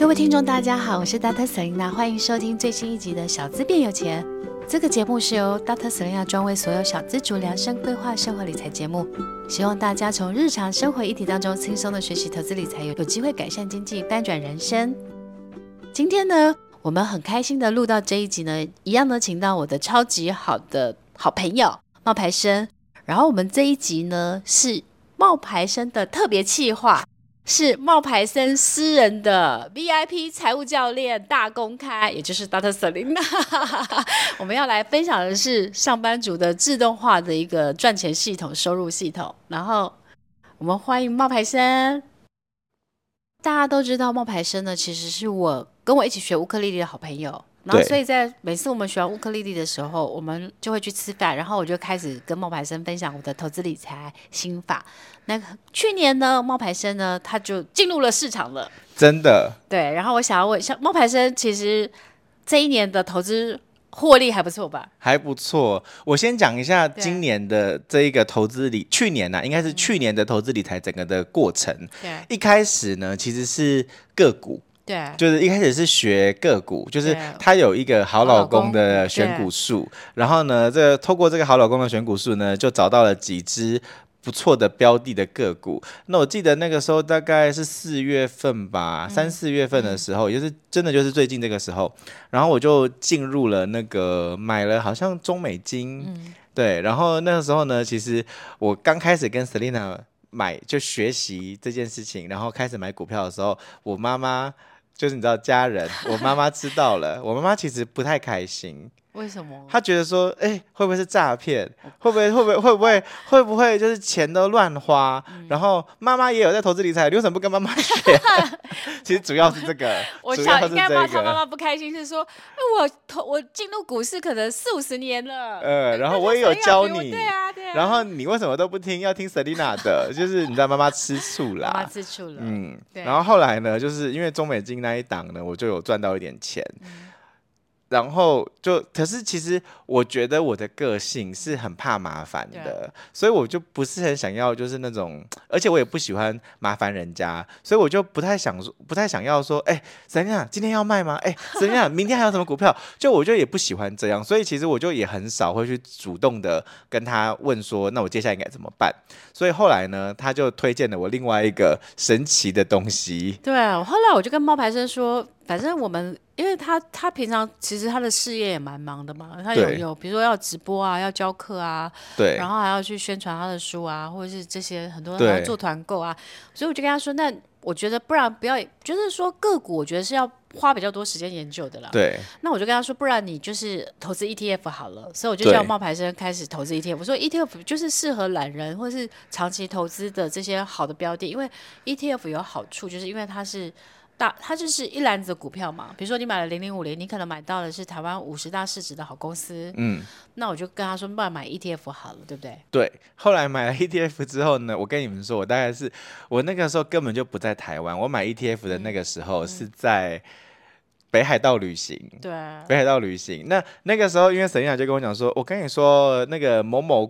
位听众大家好，我是 Dr. Selina， 欢迎收听最新一集的小资变有钱。这个节目是由 Dr. Selina 专为所有小资族量身规划生活理财节目，希望大家从日常生活议题当中轻松的学习投资理财，有机会改善经济，翻转人生。今天呢，我们很开心的录到这一集呢，一样呢请到我的超级好的好朋友冒牌生，然后我们这一集呢是冒牌生的特别企划，是冒牌生私人的 VIP 财务教练大公开，也就是 Dr. Selina 我们要来分享的是上班族的自动化的一个赚钱系统、收入系统。然后我们欢迎冒牌生。大家都知道冒牌生呢，其实是跟我一起学乌克丽丽的好朋友。然后所以在每次我们学完乌克丽丽的时候，我们就会去吃饭，然后我就开始跟冒牌生分享我的投资理财心法。那去年呢，冒牌生呢他就进入了市场了， 真的。 对，然后我想要问，像冒牌生其实这一年的投资获利还不错吧？ 还不错。我先讲一下今年的这一个投资去年应该是去年的投资理财整个的过程。 对， 一开始呢，其实是个股。 对， 就是一开始是学个股，就是他有一个好老公的选股术，然后呢，透过这个好老公的选股术呢，就找到了几只不错的标的的个股。那我记得那个时候大概是4月份吧，3、4月份的时候，就是真的就是最近这个时候，然后我就进入了那个买了好像中美金，对，然后那个时候呢，其实我刚开始跟 Selina 就学习这件事情，然后开始买股票的时候，我妈妈就是你知道家人，我妈妈知道了，我妈妈其实不太开心。 为什么？ 他觉得说，会不会是诈骗？会不会就是钱都乱花？然后妈妈也有在投资理财，你为什么不跟妈妈学？其实主要是这个， 我想应该他妈妈不开心是说，我进入股市可能40-50年了， 然后我也有教你， 对啊， 然后你为什么都不听？要听 Selina 的，就是你知道妈妈吃醋啦， 妈妈吃醋了， 然后后来呢，就是因为中美金那一档呢，我就有赚到一点钱。然后可是其实我觉得我的个性是很怕麻烦的，所以我就不是很想要就是那种，而且我也不喜欢麻烦人家，所以我就不太想要说，Selina今天要卖吗？Selina明天还有什么股票？我就也不喜欢这样，所以其实我就也很少会去主动的跟他问说，那我接下来应该怎么办？所以后来呢，他就推荐了我另外一个神奇的东西。 对，后来我就跟冒牌生说，反正我们因为他平常其实他的事业也蛮忙的嘛，他有比如说要直播啊，要教课啊， 对， 然后还要去宣传他的书啊，或者是这些很多还要做团购啊，所以我就跟他说，那我觉得不然不要，就是说个股我觉得是要花比较多时间研究的啦。 对， 那我就跟他说，不然你就是投资 ETF 好了。所以我就叫冒牌生开始投资 ETF。我说 ETF 就是适合懒人或是长期投资的这些好的标的，因为 ETF 有好处，就是因为它就是一篮子股票嘛，比如说你买了0050，你可能买到的是台湾50大市值的好公司，那我就跟他说，不然买 ETF 好了，对不对？ 对，后来买了 ETF 之后呢，我跟你们说，我那个时候根本就不在台湾，我买 ETF 的那个时候是在北海道旅行。 对， 北海道旅行，那个时候，因为Selina就跟我讲说，我跟你说，那个某某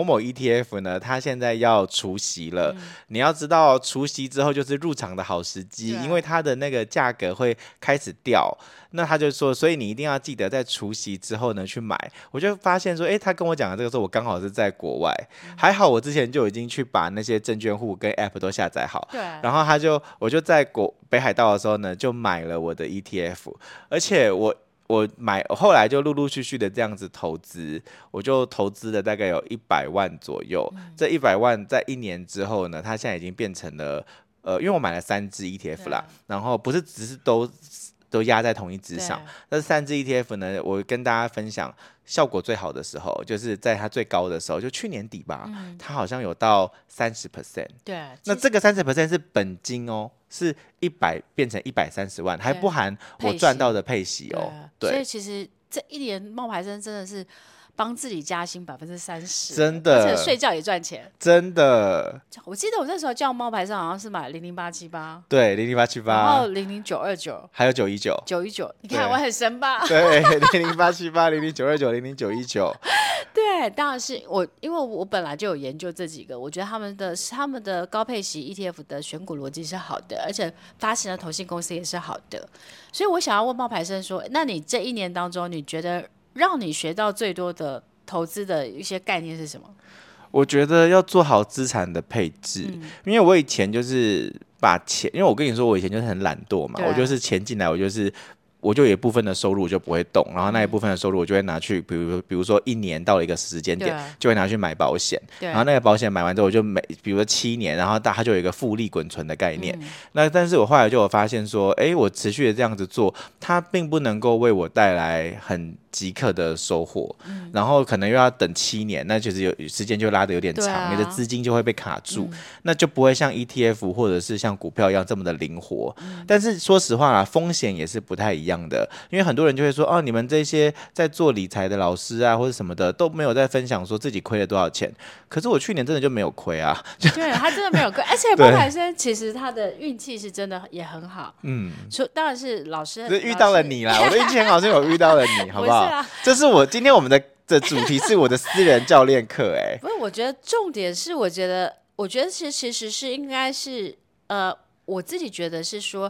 ETF 呢，它现在要除息了。你要知道，除息之后就是入场的好时机，因为它的那个价格会开始掉。那他就说，所以你一定要记得在除息之后呢去买。我就发现说，他跟我讲的这个时候，我刚好是在国外，还好我之前就已经去把那些证券户跟 App 都下载好。 对， 然后我就在北海道的时候呢，就买了我的 ETF，而且我后来就陆陆续续的这样子投资，我就投资了大概有100万左右。这100万在1年之后呢，它现在已经变成了因为我买了3支 ETF 啦，然后不是只是都压在同一支上。那3支 ETF 呢，我跟大家分享效果最好的时候，就是在它最高的时候，就去年底吧，它好像有到30%。 对， 那这个30% 是本金哦，是100变成130万，还不含我赚到的配息哦。对， 所以其实这一年冒牌生真的是帮自己加薪30%， 真的， 而且睡觉也赚钱， 真的。 我记得我那时候叫猫牌上好像是买00878， 对00878， 然后00929， 还有919， 你看我很神吧？ 对00878、00929、00919。 对，当然是因为我本来就有研究这几个，我觉得他们的高配息 ETF 的选股逻辑是好的，而且发行的投信公司也是好的，所以我想要问冒牌生说，那你这1年当中，你觉得让你学到最多的投资的一些概念是什么？ 我觉得要做好资产的配置，因为我以前就是把钱，因为我跟你说，我以前就是很懒惰嘛，我就是钱进来，我就有一部分的收入我就不会动，然后那一部分的收入我就会拿去，比如说1年到了一个时间点，就会拿去买保险，然后那个保险买完之后，我就比如说7年，然后它就有一个复利滚存的概念。那但是我后来就有发现说，我持续的这样子做，它并不能够为我带来很即刻的收获，然后可能又要等7年，那其实有时间就拉得有点长，你的资金就会被卡住，那就不会像 ETF 或者是像股票一样这么的灵活。但是说实话啦，风险也是不太一样的，因为很多人就会说，哦，你们这些在做理财的老师啊或者什么的都没有在分享说自己亏了多少钱，可是我去年真的就没有亏啊。 对，他真的没有亏，而且冒牌生其实他的运气是真的也很好，当然是老师遇到了你啦，我的运气很好是有遇到了你，好不好？这是今天我们的主题是我的私人教练课， 不是，我觉得重点是，我觉得其实是应该是我自己觉得是说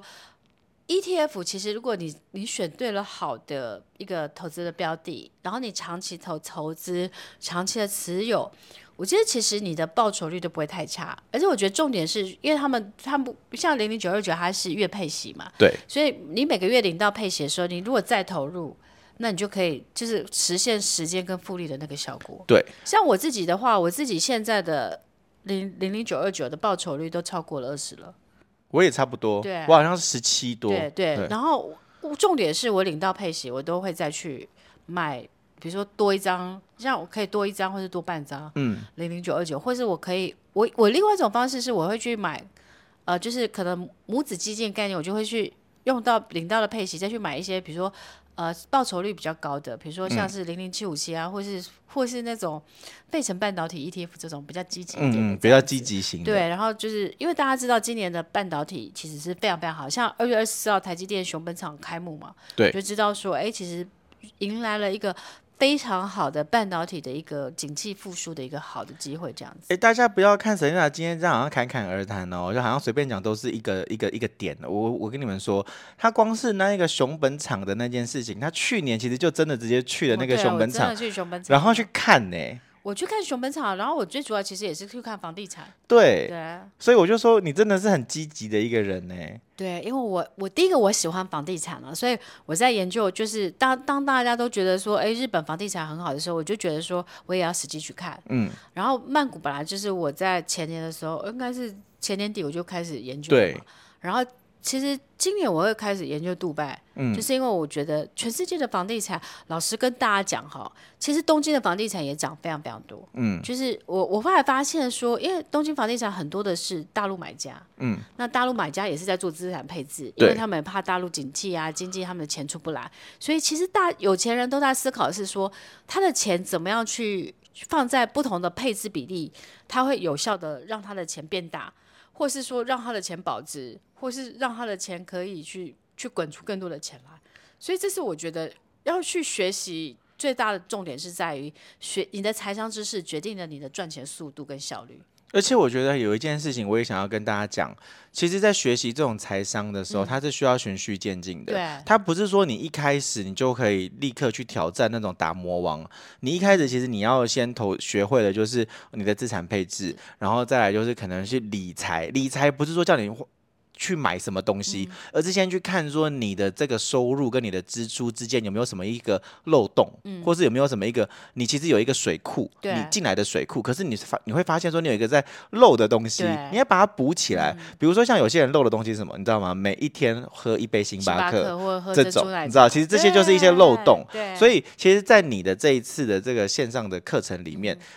ETF 其实如果你选对了好的一个投资的标的，然后你长期投资，长期的持有，我觉得其实你的报酬率都不会太差，而且我觉得重点是因为他们不像00929它是月配息嘛， 对， 所以你每个月领到配息的时候，你如果再投入，那你就可以就是实现时间跟复利的那个效果。 对， 像我自己的话，我自己现在的00929的报酬率都超过了20了。 我也差不多， 对， 我好像是17多。 对，然后重点是我领到配息，我都会再去买，比如说多一张，像我可以多一张或是多半张，00929，或是我可以我另外一种方式是我会去买，就是可能母子基金概念，我就会去用到领到的配息，再去买一些比如说报酬率比较高的，比如说像是00757啊，或是那种费城半导体 ETF 这种比较积极一点的， 比较积极型的。 对，然后就是因为大家知道今年的半导体其实是非常非常好，像2月24号台积电熊本厂开幕嘛， 对， 就知道说，其实迎来了一个非常好的半导体的一个景气复苏的一个好的机会，这样子。 大家不要看Selena今天这样好像侃侃而谈哦，就好像随便讲都是一个点。我跟你们说，他光是那一个熊本厂的那件事情，他去年其实就真的直接去了那个熊本厂，然后去看呢。 我去看熊本厂，然后我最主要其实也是去看房地产。 对，所以我就说你真的是很积极的一个人呢。 对，因为我第一个我喜欢房地产了，所以我在研究，就是当大家都觉得说，日本房地产很好的时候，我就觉得说我也要实际去看。然后曼谷本来就是我在前年的时候，应该是前年底我就开始研究了嘛，然后其实今年我会开始研究杜拜，就是因为我觉得全世界的房地产，老实跟大家讲哈，其实东京的房地产也涨非常非常多，就是我后来发现说，因为东京房地产很多的是大陆买家，那大陆买家也是在做资产配置，因为他们怕大陆景气啊、经济他们的钱出不来，所以其实有钱人都在思考的是说，他的钱怎么样去放在不同的配置比例，他会有效的让他的钱变大。或是说让他的钱保值，或是让他的钱可以去滚出更多的钱来，所以这是我觉得要去学习最大的重点是在于你的财商知识决定了你的赚钱速度跟效率。 而且我觉得有一件事情我也想要跟大家讲，其实在学习这种财商的时候，它是需要循序渐进的。 对， 它不是说你一开始你就可以立刻去挑战那种打魔王，你一开始其实你要先学会的就是你的资产配置，然后再来就是可能是理财不是说叫你去买什么东西，而是先去看说你的这个收入跟你的支出之间有没有什么一个漏洞，或是有没有什么一个你其实有一个水库，你进来的水库，可是你会发现说你有一个在漏的东西，你要把它补起来。比如说像有些人漏的东西是什么，你知道吗？每一天喝一杯星巴克或喝这种，你知道，其实这些就是一些漏洞。 对， 所以其实，在你的这一次的这个线上的课程里面，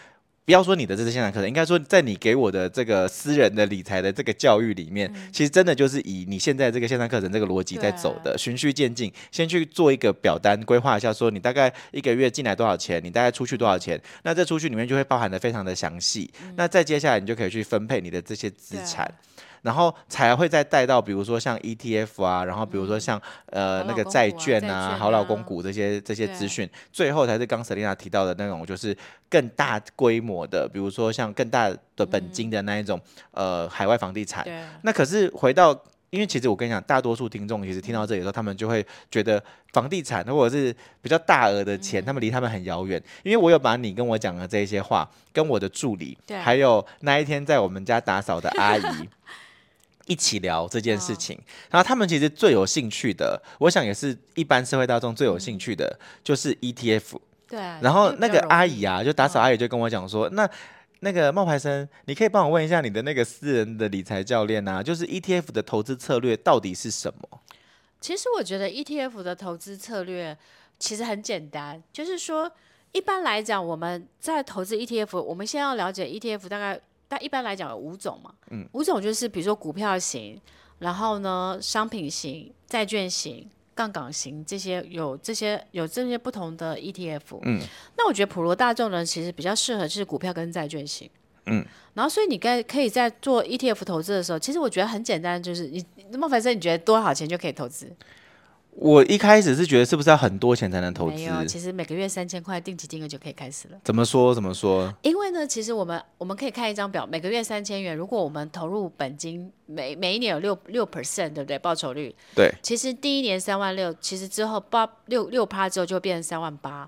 不要说你的这是线上课程，应该说在你给我的这个私人的理财的这个教育里面，其实真的就是以你现在这个线上课程这个逻辑在走的，循序渐进，先去做一个表单规划一下，说你大概一个月进来多少钱，你大概出去多少钱，那这出去里面就会包含的非常的详细，那再接下来你就可以去分配你的这些资产。然后才会再带到，比如说像 ETF 啊，然后比如说像那个债券啊、好老公股这些资讯，最后才是刚 Selina 提到的那种，就是更大规模的，比如说像更大的本金的那一种海外房地产。那可是回到，因为其实我跟你讲，大多数听众其实听到这里的时候，他们就会觉得房地产或者是比较大额的钱，他们离他们很遥远。因为我有把你跟我讲的这些话，跟我的助理，还有那一天在我们家打扫的阿姨。一起聊这件事情，然后他们其实最有兴趣的，我想也是一般社会大众最有兴趣的，就是 ETF。 对。 然后那个阿姨啊，就打扫阿姨就跟我讲说，那个冒牌生，你可以帮我问一下你的那个私人的理财教练啊，就是 ETF 的投资策略到底是什么？ 其实我觉得 ETF 的投资策略其实很简单，就是说一般来讲我们在投资 ETF， 我们先要了解 ETF 但一般来讲有5种嘛，5种就是比如说股票型，然后呢商品型、债券型、杠杆型，有这些不同的 ETF。那我觉得普罗大众呢，其实比较适合是股票跟债券型。然后所以你可以在做 ETF 投资的时候，其实我觉得很简单，就是冒牌生，你觉得多少钱就可以投资？ 我一开始是觉得是不是要很多钱才能投资？ 没有，其实每个月3000块定期定额就可以开始了。 怎么说？因为呢，其实我们可以看一张表，每个月3000元，如果我们投入本金每一年有6%，对不对？报酬率。 对。 其实第一年36000，其实之后6%之后就会变成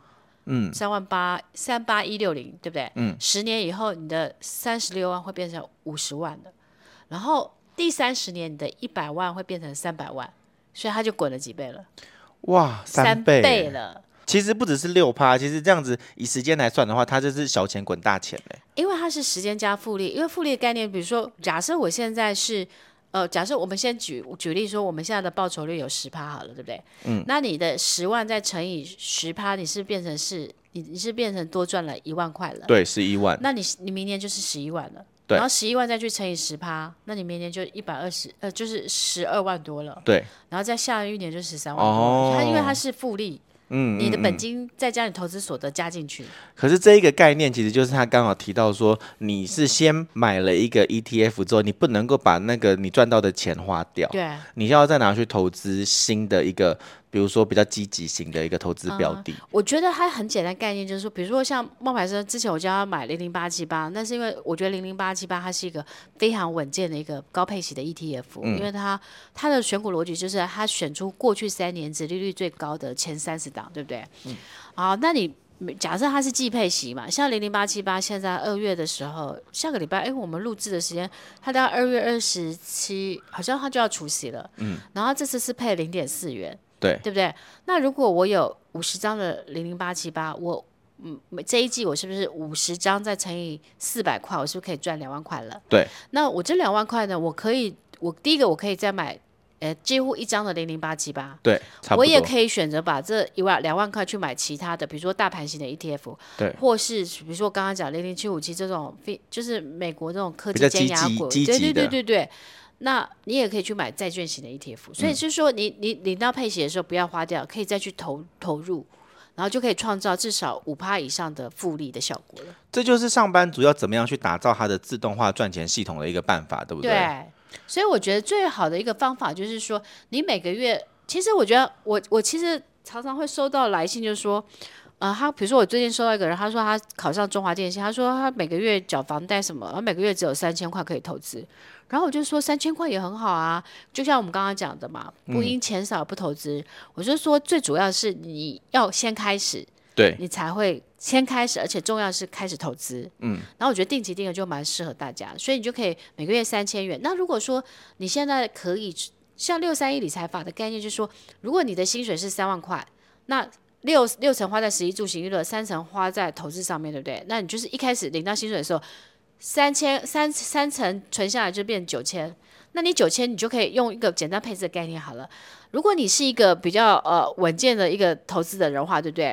38000。38160，对不对？10年以后，你的36万会变成50万了，然后第30年你的100万会变成300万。所以它就滚了几倍了？ 哇，3 倍了！ 其实不只是6%，其实这样子以时间来算的话，它就是小钱滚大钱嘞。 因为它是时间加复利，因为复利的概念，比如说，假设我现在是假设我们先举例说，我们现在的报酬率有10%好了，对不对？那你的10万再乘以10%，你是变成多赚了1万块了。 对，11万。 那你明年就是11万了。然后11万再去乘以10%，那你明年就就是12万多了。 对， 然后再下一年就13万多了。因为它是复利，你的本金再加你投资所得加进去。 可是这一个概念其实就是他刚好提到说，你是先买了一个 ETF 之后，你不能够把那个你赚到的钱花掉， 对， 你要再拿去投资新的一个。比如说比较积极型的一个投资标的， 我觉得它很简单概念，就是说，比如说像冒牌生之前我叫他买00878，那是因为我觉得00878它是一个非常稳健的一个高配息的 ETF，因为它的选股逻辑就是它选出过去3年殖利率最高的前30档，对不对？好，那你假设它是季配息嘛，像00878现在2月的时候，下个礼拜我们录制的时间，它到2月27，好像它就要除息了，然后这次是配0.4元。对不对？那如果我有50张的00878，我这一季我是不是50张再乘以400块，我是不是可以赚2万块了？ 对。 那我这2万块呢，我第一个我可以再买几乎1张的00878， 对，差不多。 我也可以选择把这2万块去买其他的，比如说大盘型的 ETF， 对， 或是比如说刚刚讲00757这种就是美国这种科技尖牙股，对。那你也可以去买债券型的 ETF， 所以就是说你领到配息的时候不要花掉，可以再去投入，然后就可以创造至少5%以上的复利的效果了。 这就是上班族要怎么样去打造他的自动化赚钱系统的一个办法，对不对？ 对，所以我觉得最好的一个方法就是说，你每个月，其实我觉得我其实常常会收到来信，就是说。他比如说我最近收到一个人，他说他考上中华电信，他说他每个月缴房贷什么，然后每个月只有3000块可以投资，然后我就说3000块也很好啊，就像我们刚刚讲的嘛，不因钱少不投资，我就说最主要是你要先开始， 对， 你才会先开始，而且重要是开始投资，然后我觉得定期定额就蛮适合大家，所以你就可以每个月3000元。那如果说你现在可以像631理财法的概念，就是说，如果你的薪水是3万块，那六成花在食衣住行娱乐，3成花在投资上面，对不对？那你就是一开始领到薪水的时候，3成存下来就变9000，那你9000你就可以用一个简单配置的概念好了。如果你是一个比较稳健的一个投资的人话，对不对？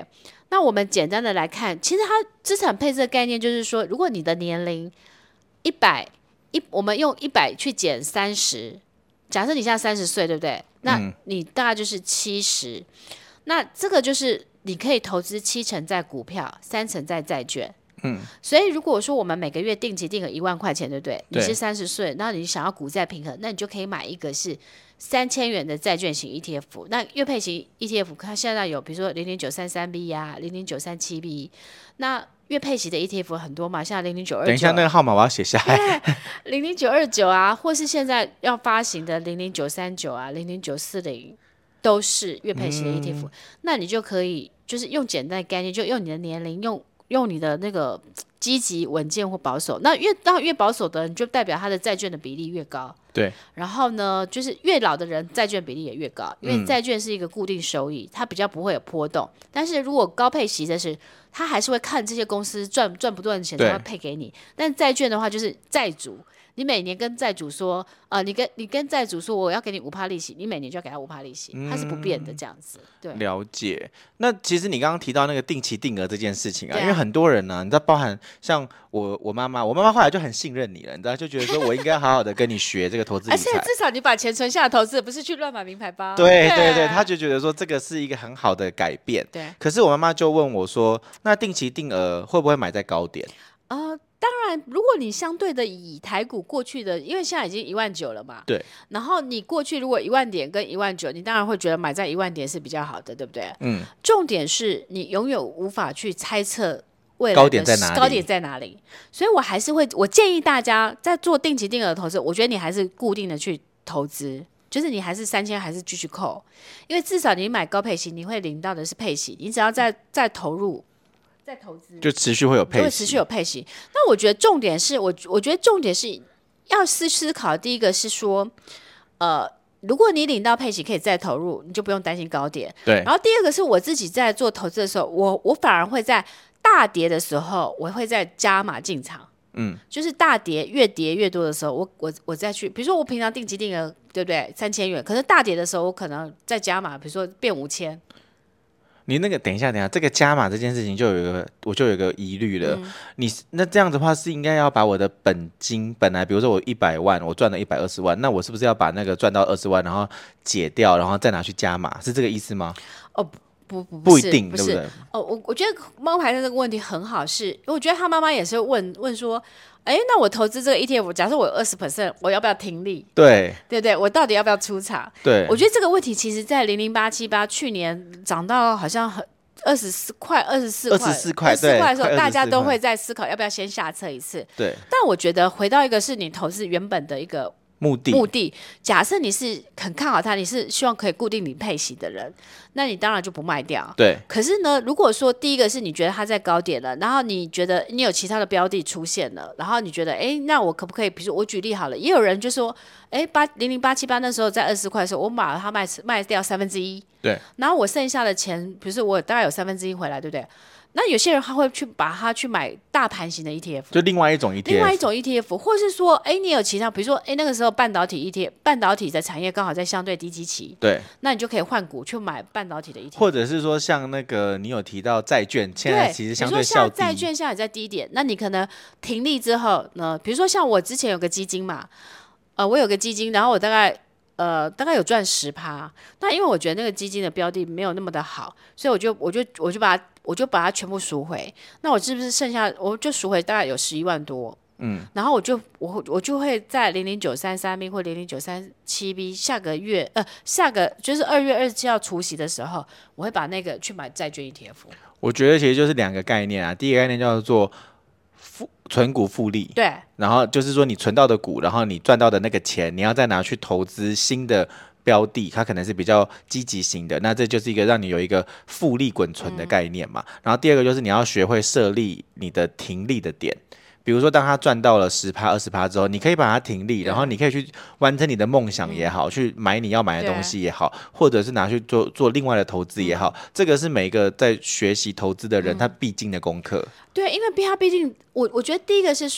那我们简单的来看，其实它资产配置的概念就是说，如果你的年龄我们用100去减30，假设你现在30岁，对不对？那你大概就是70，那这个就是你可以投资70%在股票，30%在债券。所以如果说我们每个月定期定个1万块钱，对不对？你是30岁，那你想要股债平衡，那你就可以买一个是3000元的债券型 ETF。那月配型 ETF 它现在有，比如说00933B 啊，00937B。那月配型的 ETF 很多嘛，像00929。 等一下，那个号码我要写下来。 00929啊，或是现在要发行的00939啊，00940都是月配型的 ETF。那你就可以就是用简单的概念，就用你的年龄，用你的那个积极、稳健或保守。那越保守的人，就代表他的债券的比例越高。 对。 然后呢，就是越老的人，债券比例也越高，因为债券是一个固定收益，它比较不会有波动。但是如果高配息的是，他还是会看这些公司赚不赚钱，才会配给你。但债券的话，就是债主。你每年跟债主说，你跟债主说我要给你5%利息，你每年就要给他5%利息，它是不变的这样子。对， 了解。那其实你刚刚提到那个定期定额这件事情啊，因为很多人呢，你知道，包含像我妈妈后来就很信任你了，你知道，就觉得说我应该好好的跟你学这个投资理财， 而且至少你把钱存下来投资，不是去乱买名牌包。 对对对，他就觉得说这个是一个很好的改变。 对。 可是我妈妈就问我说，那定期定额会不会买在高点？ 当然，如果你相对的以台股过去的，因为现在已经19000了嘛， 对。 然后你过去如果10000点跟19000，你当然会觉得买在10000点是比较好的，对不对？重点是你永远无法去猜测未来的高点在哪里，所以我建议大家在做定期定额的投资，我觉得你还是固定的去投资。就是你还是3000还是继续扣，因为至少你买高配息，你会领到的是配息，你只要再投入。在投资就持续会有配息， 会持续有配息。那我觉得重点是，我觉得重点是要思考。第一个是说，如果你领到配息可以再投入，你就不用担心高点。 对。 然后第二个是我自己在做投资的时候，我反而会在大跌的时候，我会再加码进场。就是大跌越跌越多的时候，我再去，比如说我平常定期定额，对不对？3000元，可是大跌的时候，我可能再加码，比如说变5000。 你那个等一下，这个加码这件事情我就有一个疑虑了。那这样子的话，是应该要把我的本金本来，比如说我100万，我赚了120万，那我是不是要把那个赚到20万，然后解掉，然后再拿去加码，是这个意思吗？不一定，对不对？ 我觉得猫牌的这个问题很好，是因为我觉得他妈妈也是问说，那我投资这个 ETF， 假设我有20%，我要不要停利？ 对不对？我到底要不要出场？ 对， 我觉得这个问题其实在00878去年涨到好像24块的时候，大家都会在思考要不要先下车一次。 对， 但我觉得回到一个是你投资原本的一个目的，假设你是很看好它，你是希望可以固定你配息的人，那你当然就不卖掉。 对。 可是呢，如果说第一个是你觉得它在高点了，然后你觉得你有其他的标的出现了，然后你觉得那我可不可以，比如说我举例好了，也有人就说00878那时候在20块的时候，我把它卖掉1/3， 对。 然后我剩下的钱，比如说我大概有1/3回来，对不对？那有些人他会把它去买大盘型的 ETF， 就另外一种 ETF， 或是说，你有其他，比如说，那个时候半导体 ETF， 半导体的产业刚好在相对低基期， 对， 那你就可以换股去买半导体的 ETF， 或者是说像那个你有提到债券，现在其实相对较低， 债券现在也在低点，那你可能停利之后呢，比如说像我之前有个基金嘛，我有个基金，然后我大概有赚10%，那因为我觉得那个基金的标的没有那么的好，所以我就把它全部赎回。那我是不是剩下我就赎回大概有11万多？然后我就会在00933B 或00937B 下个就是2月27号除息的时候，我会把那个去买债券 ETF。 我觉得其实就是2个概念啊，第一个概念叫做存股复利， 对， 然后就是说你存到的股，然后你赚到的那个钱，你要再拿去投资新的标的，它可能是比较积极型的，那这就是一个让你有一个复利滚存的概念嘛。然后第二个就是你要学会设立你的停利的点，比如说当他赚到了10%、20%之后，你可以把它停利，然后你可以去完成你的梦想也好，去买你要买的东西也好，或者是拿去做另外的投资也好，这个是每一个在学习投资的人他必经的功课。 对，因为他毕竟我觉得第一个是说，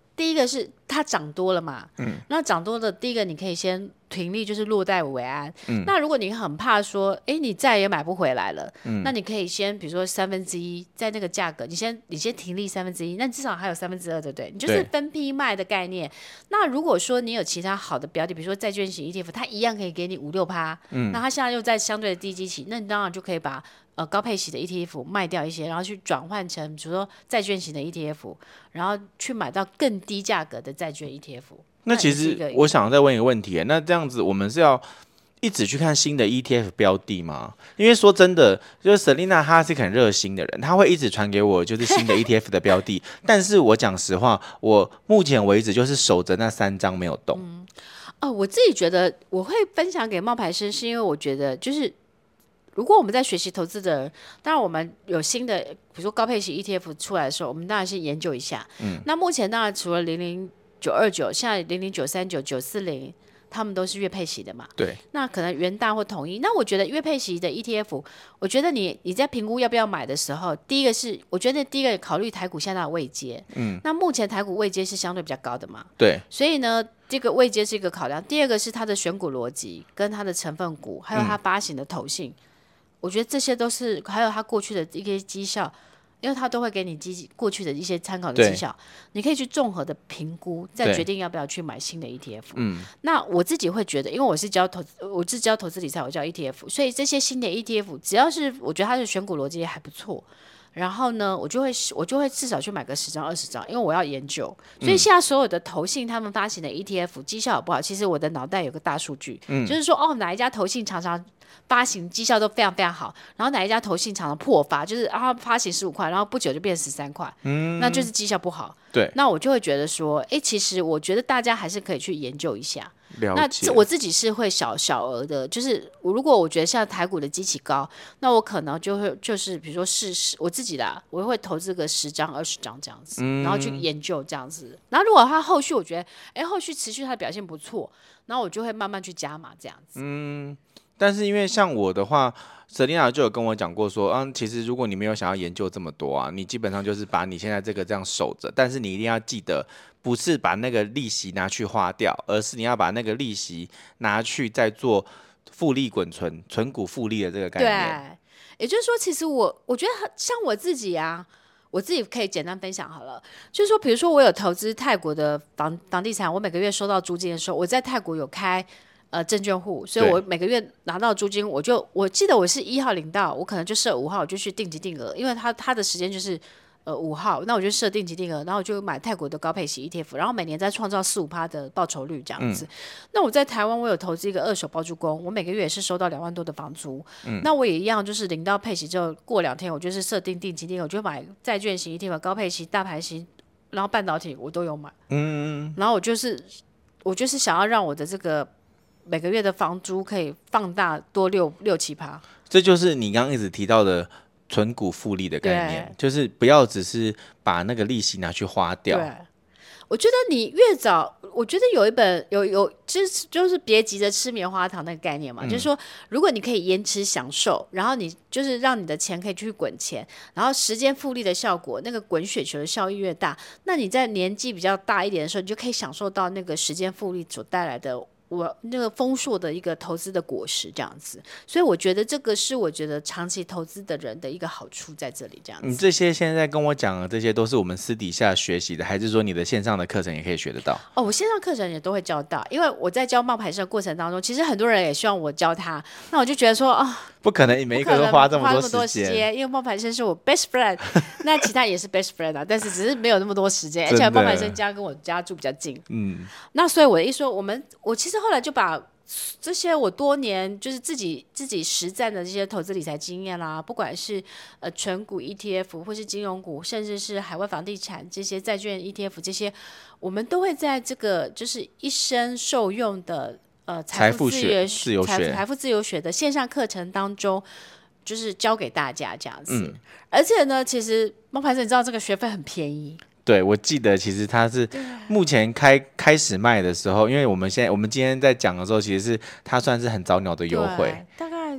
第一个是它涨多了嘛，那涨多的第一个你可以先停利，就是落袋为安。那如果你很怕说，你再也买不回来了，那你可以先比如说1/3，在那个价格，你先停利1/3，那至少还有2/3，对不对？你就是分批卖的概念。那如果说你有其他好的标的，比如说债券型 ETF， 它一样可以给你5-6%，那它现在又在相对的低基期，那你当然就可以把高配息的 ETF 卖掉一些，然后去转换成比如说债券型的 ETF， 然后去买到更低价格的债券 ETF。 那其实我想再问一个问题，那这样子我们是要一直去看新的 ETF 标的吗？因为说真的，就是 Selina 她是很热心的人，她会一直传给我就是新的 ETF 的标的，但是我讲实话，我目前为止就是守着那3张没有动。 我自己觉得我会分享给冒牌生，是因为我觉得就是如果我们在学习投资的人，当然我们有新的，比如说高配息 ETF 出来的时候，我们当然先研究一下。那目前当然除了00929，现在00939、940，他们都是月配息的嘛。 对。那可能元大或统一，那我觉得月配息的 ETF， 我觉得你在评估要不要买的时候，第一个是我觉得第一个考虑台股现在的位阶。那目前台股位阶是相对比较高的嘛。 对。 所以呢，这个位阶是一个考量。第二个是它的选股逻辑，跟它的成分股，还有它发行的投信。我觉得这些都是，还有他过去的一些绩效，因为他都会给你过去的一些参考的绩效，你可以去综合的评估，再决定要不要去买新的 ETF。那我自己会觉得，因为我是教投资理财，我教 ETF， 所以这些新的 ETF， 只要是我觉得它的选股逻辑也还不错，然后呢，我就会至少去买个10张20张，因为我要研究。所以现在所有的投信他们发行的 ETF 绩效好不好，其实我的脑袋有个大数据，就是说哪一家投信常常发行绩效都非常非常好，然后哪一家投信常常破发，就是发行15块，然后不久就变13块，那就是绩效不好。 对， 那我就会觉得说，其实我觉得大家还是可以去研究一下。 了解。 那我自己是会小额的，就是如果我觉得像台股的基期高，那我可能就是比如说试我自己啦，我会投资个10张20张这样子，然后去研究这样子。然后如果他后续我觉得，后续持续他的表现不错，然后我就会慢慢去加码这样子。 但是因为像我的话，Selina 就有跟我讲过说，其实如果你没有想要研究这么多啊，你基本上就是把你现在这个这样守着，但是你一定要记得，不是把那个利息拿去花掉，而是你要把那个利息拿去再做复利滚存、存股复利的这个概念。 对，也就是说，其实我觉得像我自己啊。我自己可以简单分享好了，就是说，比如说我有投资泰国的房地产，我每个月收到租金的时候，我在泰国有开证券户，所以我每个月拿到租金，我记得我是1号领到，我可能就设5号，我就去定期定额，因为它的时间就是5号，那我就设定期定额，然后我就买泰国的高配息 ETF， 然后每年再创造4-5%的报酬率这样子。那我在台湾我有投资一个2手包租公，我每个月也是收到2万多的房租，那我也一样，就是领到配息之后过2天，我就是设定定期定额，我就买债券型 ETF、高配息、大盘型，然后半导体我都有买。然后我就是想要让我的这个每个月的房租可以放大多6-7%。 这就是你刚刚一直提到的存股复利的概念，就是不要只是把那个利息拿去花掉。 对，我觉得你越早，我觉得有一本就是别急着吃棉花糖那个概念嘛，就是说如果你可以延迟享受，然后你就是让你的钱可以去滚钱，然后时间复利的效果，那个滚雪球的效益越大，那你在年纪比较大一点的时候，你就可以享受到那个时间复利所带来的那个丰硕的一个投资的果实这样子。所以我觉得这个是我觉得长期投资的人的一个好处在这里这样子。 你这些现在跟我讲的这些都是我们私底下学习的，还是说你的线上的课程也可以学得到？ 我线上课程也都会教到，因为我在教冒牌生的过程当中，其实很多人也希望我教他，那我就觉得说不可能每一个都花这么多时间， 因为冒牌生是我 best friend 那其他也是 best friend 啊，但是只是没有那么多时间，而且冒牌生家跟我家住比较近，那所以我一说我其实后来就把这些我多年就是自己实战的这些投资理财经验啦，不管是纯股 ETF 或是金融股，甚至是海外房地产这些债券 ETF 这些，我们都会在这个就是一生受用的财富自由学的线上课程当中，就是教给大家这样子。而且呢，其实冒牌生你知道这个学费很便宜。 对，我记得其实它是目前开始卖的时候，因为我们今天在讲的时候，其实是它算是很早鸟的优惠， 大概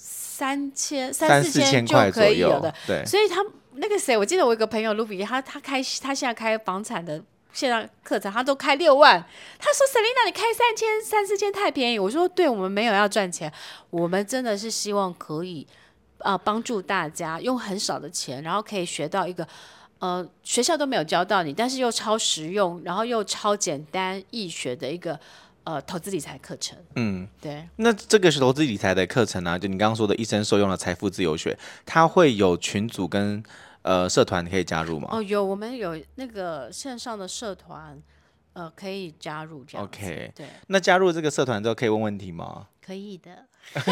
3-4千就可以有的。 对， 所以他那个谁，我记得我有个朋友卢比，他现在开房产的线上课程他都开6万，他说 Selina 你开3000、4000太便宜。我说对，我们没有要赚钱，我们真的是希望可以帮助大家用很少的钱，然后可以学到一个学校都没有教到你，但是又超实用，然后又超简单易学的一个投资理财课程。对。 那这个是投资理财的课程啊，就你刚刚说的一生受用的财富自由学，它会有群组跟社团可以加入吗？ 有，我们有那个线上的社团，可以加入这样子。 OK， 对。 那加入这个社团之后可以问问题吗？ 可以的。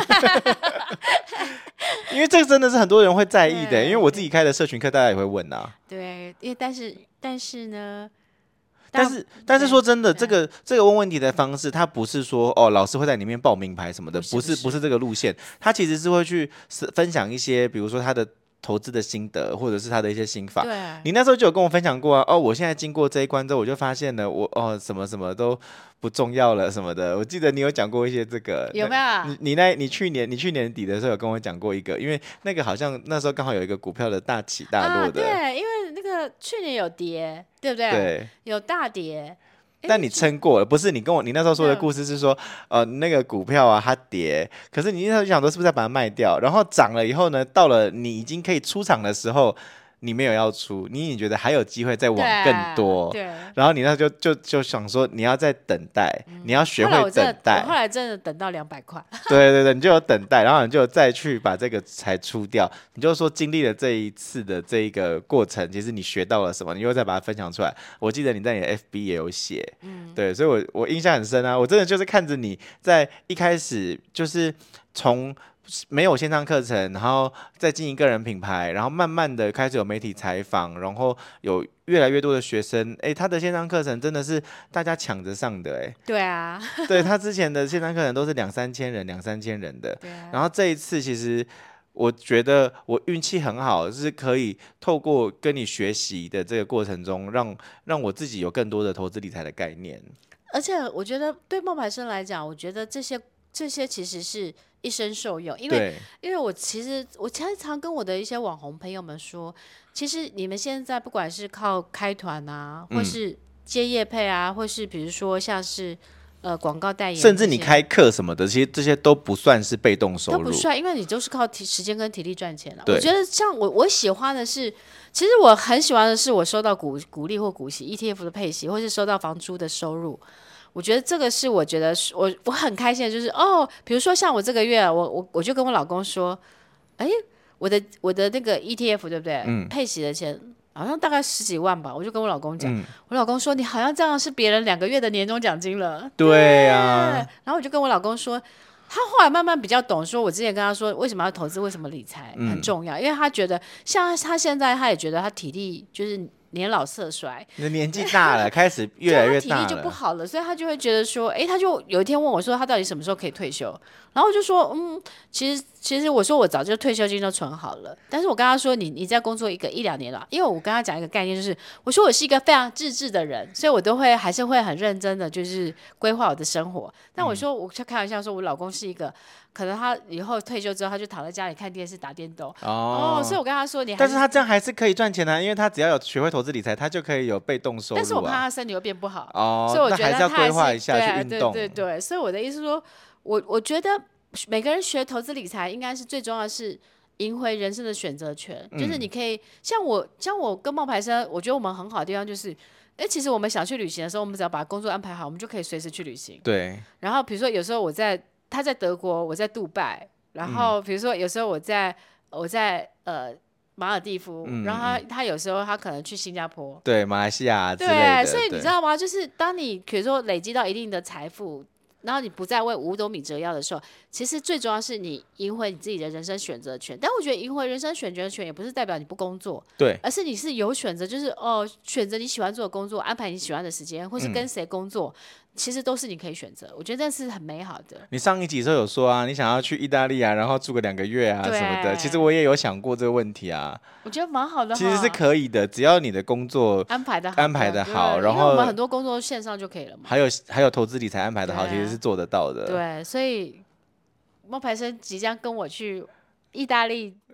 因为这个真的是很多人会在意的，因为我自己开的社群课，大家也会问啊。 对，因为但是呢， 但是说真的，这个问问题的方式，它不是说老师会在里面报名牌什么的，不是这个路线，他其实是会去分享一些，比如说他的投资的心得，或者是他的一些心法。 对， 你那时候就有跟我分享过啊，我现在经过这一关之后，我就发现了我什么什么都不重要了什么的。我记得你有讲过一些这个， 有没有？ 你去年底的时候有跟我讲过一个，因为那个好像那时候刚好有一个股票的大起大落的， 对，因为那个去年有跌，对不对？ 对， 有大跌。 但你撑过了，不是你那时候说的故事是说，那个股票啊它跌，可是你那时候就想说是不是要把它卖掉，然后涨了以后呢，到了你已经可以出场的时候，你没有要出，你觉得还有机会再往更多， 对， 然后你那时候就想说你要再等待，你要学会等待。 我后来真的等到200块。 对，你就有等待，然后你就再去把这个才出掉。你就说经历了这一次的这一个过程，其实你学到了什么，你又再把它分享出来。我记得你在你的 FB 也有写，对，所以我印象很深啊。我真的就是看着你在一开始就是从没有线上课程，然后再经营个人品牌，然后慢慢的开始有媒体采访，然后有越来越多的学生，他的线上课程真的是大家抢着上的， 对啊， 对，他之前的线上课程都是2、3千人的， 对啊， 然后这一次其实我觉得我运气很好，是可以透过跟你学习的这个过程中，让我自己有更多的投资理财的概念。 而且我觉得对冒牌生来讲，我觉得这些其实是一生受用，因为我其实常跟我的一些网红朋友们说，其实你们现在不管是靠开团啊，或是接业配啊，或是比如说像是广告代言， 甚至你开课什么的，其实这些都不算是被动收入， 都不算，因为你都是靠时间跟体力赚钱了。我觉得像我喜欢的是，其实我很喜欢的是，我收到股利或股息 ETF 的配息，或是收到房租的收入。我觉得这个是我觉得我很开心的，就是比如说像我这个月，我就跟我老公说，我的那个 ETF 对不对？配息的钱好像大概10几万吧，我就跟我老公讲，我老公说你好像这样是别人2个月的年终奖金了。 对啊， 然后我就跟我老公说，他后来慢慢比较懂，说我之前跟他说为什么要投资，为什么理财很重要，因为他觉得像他现在他也觉得他体力就是年老色衰， 你的年纪大了，开始越来越大了， 体力就不好了，所以他就会觉得说，他就有一天问我说，他到底什么时候可以退休？然后我就说，其实我说我早就退休金都存好了，但是我跟他说，你再工作1-2年了，因为我跟他讲一个概念，就是我说我是一个非常自制的人，所以我还是会很认真的，就是规划我的生活。但我说，我就开玩笑说，我老公是一个。可能他以后退休之后，他就躺在家里看电视、打电动。所以我跟他说， 但是他这样还是可以赚钱啊，因为他只要有学会投资理财，他就可以有被动收入但是我怕他身体会变不好， 所以我觉得还是要规划一下去运动。 对，所以我的意思是说，我觉得每个人学投资理财，应该是最重要的是赢回人生的选择权。就是你可以像我跟冒牌生，我觉得我们很好的地方就是。其实我们想去旅行的时候，我们只要把工作安排好，我们就可以随时去旅行。 对。 然后比如说有时候他在德国，我在杜拜，然后比如说有时候我在马尔地夫，然后他有时候他可能去新加坡， 对，马来西亚之类的。 对，所以你知道吗？就是当你比如说累积到一定的财富，然后你不再为五斗米折腰的时候，其实最重要是你赢回你自己的人生选择权。但我觉得赢回人生选择权也不是代表你不工作， 对， 而是你是有选择，就是选择你喜欢做的工作，安排你喜欢的时间，或是跟谁工作。其实都是你可以选择，我觉得这是很美好的。 你上一集的时候有说啊，你想要去意大利啊，然后住个2个月啊什么的。其实我也有想过这个问题啊， 我觉得蛮好的。 其实是可以的，只要你的工作安排的好，然后因为我们很多工作线上就可以了嘛。 还有投资理财安排的好，其实是做得到的。 对，所以冒牌生即将跟我去意大利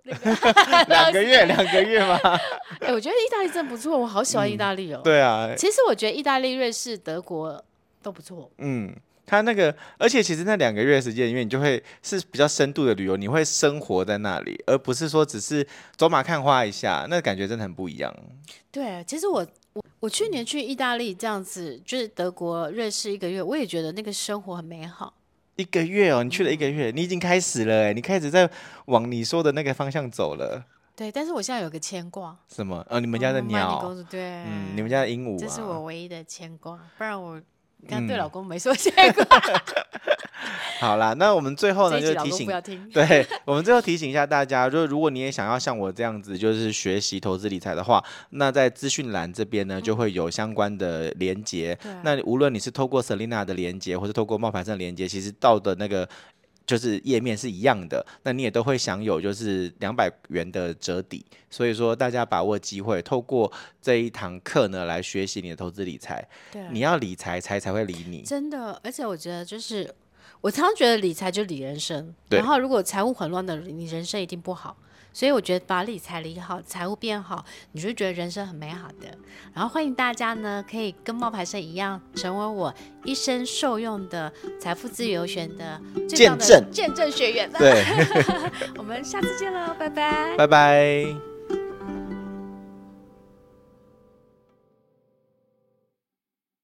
2个月2个月吗？ 我觉得意大利真不错，我好喜欢意大利哦。 对啊， 其实我觉得意大利、瑞士、德国都不错。 他那个，而且其实那2个月的时间里面，你就会是比较深度的旅游，你会生活在那里，而不是说只是走马看花一下，那感觉真的很不一样。 对，其实我去年去意大利这样子，就是德国、瑞士1个月，我也觉得那个生活很美好。 1个月哦，你去了1个月，你已经开始了哎，你开始在往你说的那个方向走了。 对，但是我现在有个牵挂。 什么？你们家的鸟？ 公主，对， 你们家的鹦鹉啊， 这是我唯一的牵挂，不然我刚对老公没说牵挂。 好啦，那我们最后呢，就提醒，对，我们最后提醒一下大家，就是如果你也想要像我这样子，就是学习投资理财的话，那在资讯栏这边呢，就会有相关的连结。那无论你是透过 Selina 的连结，或是透过冒牌生的连结，其实到的那个就是页面是一样的，那你也都会享有就是200元的折抵。所以说大家把握机会，透过这一堂课呢来学习你的投资理财。你要理财，财才会理你。 真的，而且我觉得就是我常常觉得理财就理人生， 然后如果财务混乱的你人生一定不好。所以我觉得把理财理好，财务变好，你就觉得人生很美好的。然后欢迎大家呢，可以跟冒牌生一样，成为我一生受用的财富自由学的见证学员。 对， 我们下次见了，拜拜， 拜拜。